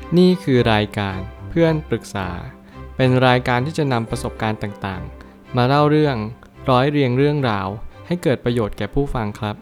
นี่คือรายการเพื่อนปรึกษาเป็นรายการที่จะนำประสบการณ์ต่างๆมาเล่าเรื่องร้อยเรียงเรื่องราวให้เกิดประโยชน์แก่ผู้ฟังครับ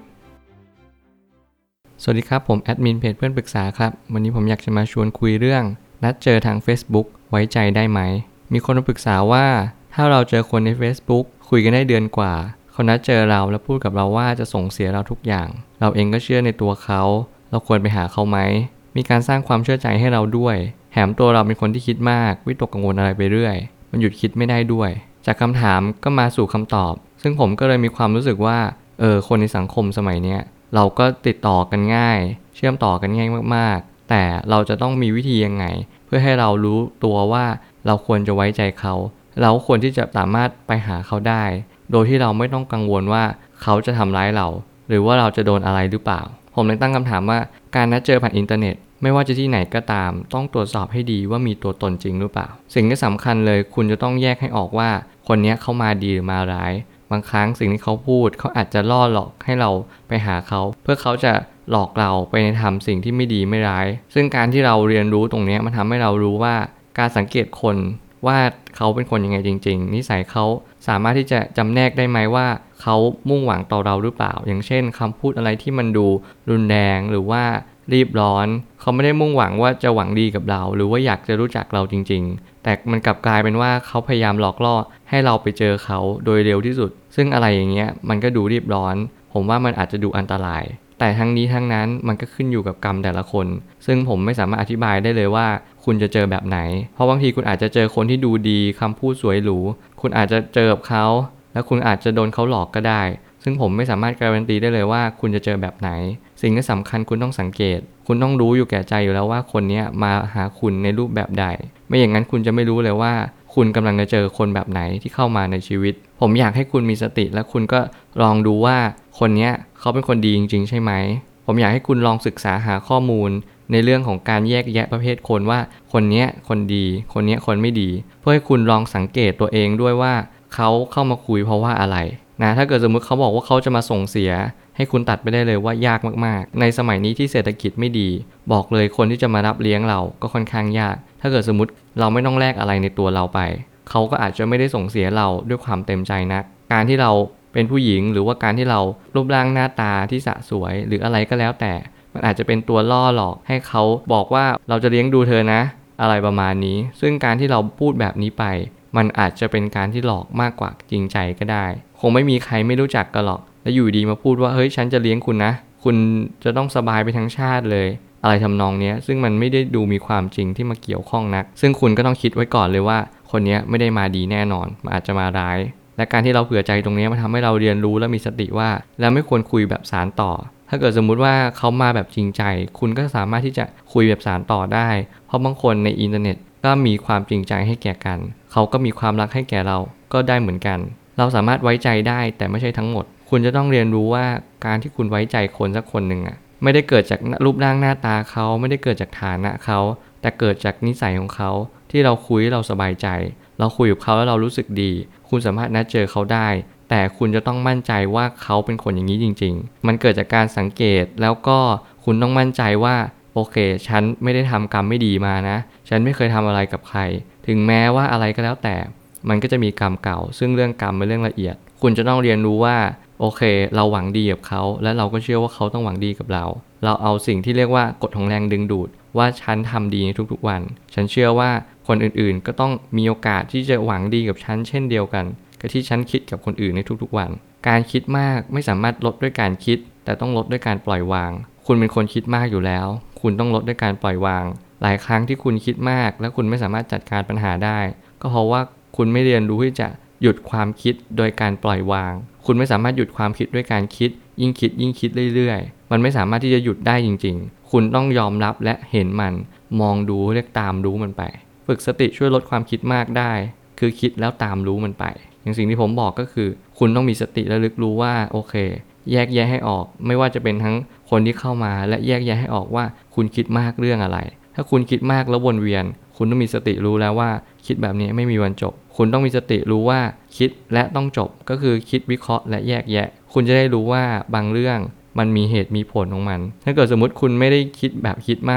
สวัสดีครับผมแอดมินเพจเพื่อนปรึกษาครับวันนี้ผมอยากจะมาชวนคุยเรื่องนัดเจอทาง Facebook ไว้ใจได้ไหมมีคนมาปรึกษาว่าถ้าเราเจอคนใน Facebook คุยกันได้เดือนกว่าเขานัดเจอเราแล้วพูดกับเราว่าจะส่งเสียเราทุกอย่างเราเองก็เชื่อในตัวเขาเราควรไปหาเขาไหมมีการสร้างความเชื่อใจให้เราด้วยแถมตัวเราเป็นคนที่คิดมากวิตกกังวลอะไรไปเรื่อยมันหยุดคิดไม่ได้ด้วยจากคำถามก็มาสู่คำตอบซึ่งผมก็เลยมีความรู้สึกว่าคนในสังคมสมัยเนี้ยเราก็ติดต่อกันง่ายเชื่อมต่อกันง่ายมากๆแต่เราจะต้องมีวิธียังไงเพื่อให้เรารู้ตัวว่าเราควรจะไว้ใจเขาเราควรที่จะสามารถไปหาเขาได้โดยที่เราไม่ต้องกังวลว่าเขาจะทำร้ายเราหรือว่าเราจะโดนอะไรหรือเปล่าผมเลยตั้งคำถามว่าการนัดเจอผ่านอินเทอร์เน็ตไม่ว่าจะที่ไหนก็ตามต้องตรวจสอบให้ดีว่ามีตัวตนจริงหรือเปล่าสิ่งที่สำคัญเลยคุณจะต้องแยกให้ออกว่าคนนี้เขามาดีหรือมาร้ายบางครั้งสิ่งที่เขาพูดเขาอาจจะล่อหลอกให้เราไปหาเขาเพื่อเขาจะหลอกเราไปในทำสิ่งที่ไม่ดีไม่ร้ายซึ่งการที่เราเรียนรู้ตรงนี้มันทำให้เรารู้ว่าการสังเกตคนว่าเขาเป็นคนยังไงจริงๆนิสัยเขาสามารถที่จะจำแนกได้ไหมว่าเขามุ่งหวังต่อเราหรือเปล่าอย่างเช่นคำพูดอะไรที่มันดูรุนแรงหรือว่ารีบร้อนเขาไม่ได้มุ่งหวังว่าจะหวังดีกับเราหรือว่าอยากจะรู้จักเราจริงๆแต่มันกลับกลายเป็นว่าเขาพยายามหลอกล่อให้เราไปเจอเขาโดยเร็วที่สุดซึ่งอะไรอย่างเงี้ยมันก็ดูรีบร้อนผมว่ามันอาจจะดูอันตรายแต่ทั้งนี้ทั้งนั้นมันก็ขึ้นอยู่กับกรรมแต่ละคนซึ่งผมไม่สามารถอธิบายได้เลยว่าคุณจะเจอแบบไหนเพราะบางทีคุณอาจจะเจอคนที่ดูดีคำพูดสวยหรูคุณอาจจะเจอกับเขาแล้วคุณอาจจะโดนเขาหลอกก็ได้ซึ่งผมไม่สามารถการันตีได้เลยว่าคุณจะเจอแบบไหนสิ่งที่สำคัญคุณต้องสังเกตคุณต้องรู้อยู่แก่ใจอยู่แล้วว่าคนนี้มาหาคุณในรูปแบบใดไม่อย่างนั้นคุณจะไม่รู้เลยว่าคุณกำลังจะเจอคนแบบไหนที่เข้ามาในชีวิตผมอยากให้คุณมีสติและคุณก็ลองดูว่าคนนี้เขาเป็นคนดีจริงๆใช่ไหมผมอยากให้คุณลองศึกษาหาข้อมูลในเรื่องของการแยกแยะประเภทคนว่าคนนี้คนดีคนนี้คนไม่ดีเพื่อให้คุณลองสังเกตตัวเองด้วยว่าเขาเข้ามาคุยเพราะว่าอะไรนะถ้าเกิดสมมุติเขาบอกว่าเขาจะมาส่งเสียให้คุณตัดไปได้เลยว่ายากมากๆในสมัยนี้ที่เศรษฐกิจไม่ดีบอกเลยคนที่จะมารับเลี้ยงเราก็ค่อนข้างยากถ้าเกิดสมมุติเราไม่ต้องแลกอะไรในตัวเราไปเขาก็อาจจะไม่ได้ส่งเสียเราด้วยความเต็มใจนักการที่เราเป็นผู้หญิงหรือว่าการที่เรารูปร่างหน้าตาที่สะสวยหรืออะไรก็แล้วแต่มันอาจจะเป็นตัวล่อหลอกให้เขาบอกว่าเราจะเลี้ยงดูเธอนะอะไรประมาณนี้ซึ่งการที่เราพูดแบบนี้ไปมันอาจจะเป็นการที่หลอกมากกว่าจริงใจก็ได้คงไม่มีใครไม่รู้จักกันหรอกแล้วอยู่ดีมาพูดว่าเฮ้ยฉันจะเลี้ยงคุณนะคุณจะต้องสบายไปทั้งชาติเลยอะไรทำนองนี้ซึ่งมันไม่ได้ดูมีความจริงที่มาเกี่ยวข้องนักซึ่งคุณก็ต้องคิดไว้ก่อนเลยว่าคนนี้ไม่ได้มาดีแน่นอนมันอาจจะมาร้ายและการที่เราเผื่อใจตรงนี้มันทำให้เราเรียนรู้และมีสติว่าเราไม่ควรคุยแบบสารต่อถ้าเกิดสมมุติว่าเขามาแบบจริงใจคุณก็สามารถที่จะคุยแบบสารต่อได้เพราะบางคนในอินเทอร์เน็ตก็มีความจริงใจให้แก่กันเขาก็มีความรักให้แก่เราก็ได้เหมือนกันเราสามารถไว้ใจได้แต่ไม่ใช่ทั้งหมดคุณจะต้องเรียนรู้ว่าการที่คุณไว้ใจคนสักคนหนึ่งไม่ได้เกิดจากรูปร่างหน้าตาเขาไม่ได้เกิดจากฐานะเขาแต่เกิดจากนิสัยของเขาที่เราคุยเราสบายใจเราคุยกับเขาแล้วเรารู้สึกดีคุณสามารถนัดเจอเขาได้แต่คุณจะต้องมั่นใจว่าเขาเป็นคนอย่างนี้จริงๆมันเกิดจากการสังเกตแล้วก็คุณต้องมั่นใจว่าโอเคฉันไม่ได้ทำกรรมไม่ดีมานะฉันไม่เคยทำอะไรกับใครถึงแม้ว่าอะไรก็แล้วแต่มันก็จะมีกรรมเก่าซึ่งเรื่องกรรมเป็นเรื่องละเอียดคุณจะต้องเรียนรู้ว่าโอเคเราหวังดีกับเขาและเราก็เชื่อว่าเขาต้องหวังดีกับเราเอาสิ่งที่เรียกว่ากฎของแรงดึงดูดว่าฉันทำดีในทุกๆวันฉันเชื่อว่าคนอื่นๆก็ต้องมีโอกาสที่จะหวังดีกับฉันเช่นเดียวกันกับที่ฉันคิดกับคนอื่นในทุกๆวันการคิดมากไม่สามารถลดด้วยการคิดแต่ต้องลดด้วยการปล่อยวางคุณเป็นคนคิดมากอยู่แล้วคุณต้องลดด้วยการปล่อยวางหลายครั้งที่คุณคิดมากและคุณไม่สามารถจัดการปัญหาได้ก็เพราะว่าคุณไม่เรียนรู้ที่จะหยุดความคิดโดยการปล่อยวางคุณไม่สามารถหยุดความคิดด้วยการคิดยิ่งคิดเรื่อยๆมันไม่สามารถที่จะหยุดได้จริงๆคุณต้องยอมรับและเห็นมันมองดูเรียกตามรู้มันไปฝึกสติช่วยลดความคิดมากได้คือคิดแล้วตามรู้มันไปอย่างสิ่งที่ผมบอกก็คือคุณต้องมีสติและลึกรู้ว่าโอเคแยกแยะให้ออกไม่ว่าจะเป็นทั้งคนที่เข้ามาและแยกแยะให้ออกว่าคุณคิดมากเรื่องอะไรถ้าคุณคิดมากแล้ววนเวียนคุณต้องมีสติรู้แล้วว่าคิดแบบนี้ไม่มีวันจบคุณต้องมีสติรู้ว่าคิดและต้องจบก็คือคิดวิเคราะห์และแยกแยะคุณจะได้รู้ว่าบางเรื่องมันมีเหตุมีผลของมันถ้าเกิดสมมติคุณไม่ได้คิดแบบคิดมาก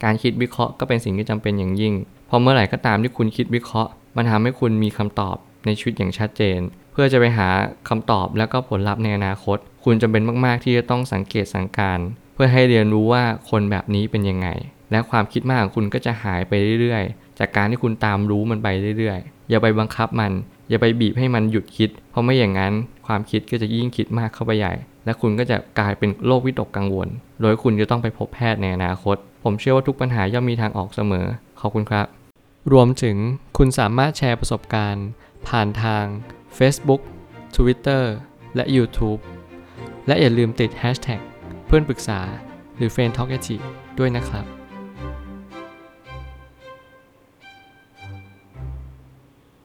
การคิดวิเคราะห์ก็เป็นสิ่งที่จำเป็นอย่างยิ่งเพราะเมื่อไหร่ก็ตามที่คุณคิดวิเคราะห์มันทำให้คุณมีคำตอบในชีวิตอย่างชัดเจนเพื่อจะไปหาคำตอบแล้วก็ผลลัพธ์ในอนาคตคุณจำเป็นมากๆที่จะต้องสังเกตสังการเพื่อให้เรียนรู้ว่าคนแบบนี้เป็นยังไงและความคิดมากของคุณก็จะหายไปเรื่อยๆจากการที่คุณตามรู้มันไปเรื่อยๆอย่าไปบังคับมันอย่าไปบีบให้มันหยุดคิดเพราะไม่อย่างนั้นความคิดก็จะยิ่งคิดมากเข้าไปใหญ่และคุณก็จะกลายเป็นโรควิตกกังวลโดยคุณจะต้องไปพบแพทย์ในอนาคตผมเชื่อว่าทุกปัญหาย่อมมีทางออกเสมอขอบคุณครับรวมถึงคุณสามารถแชร์ประสบการณ์ผ่านทาง Facebook Twitter และ YouTube และอย่าลืมติด Hashtag เพื่อนปรึกษาหรือ Friend Talkative ด้วยนะครับ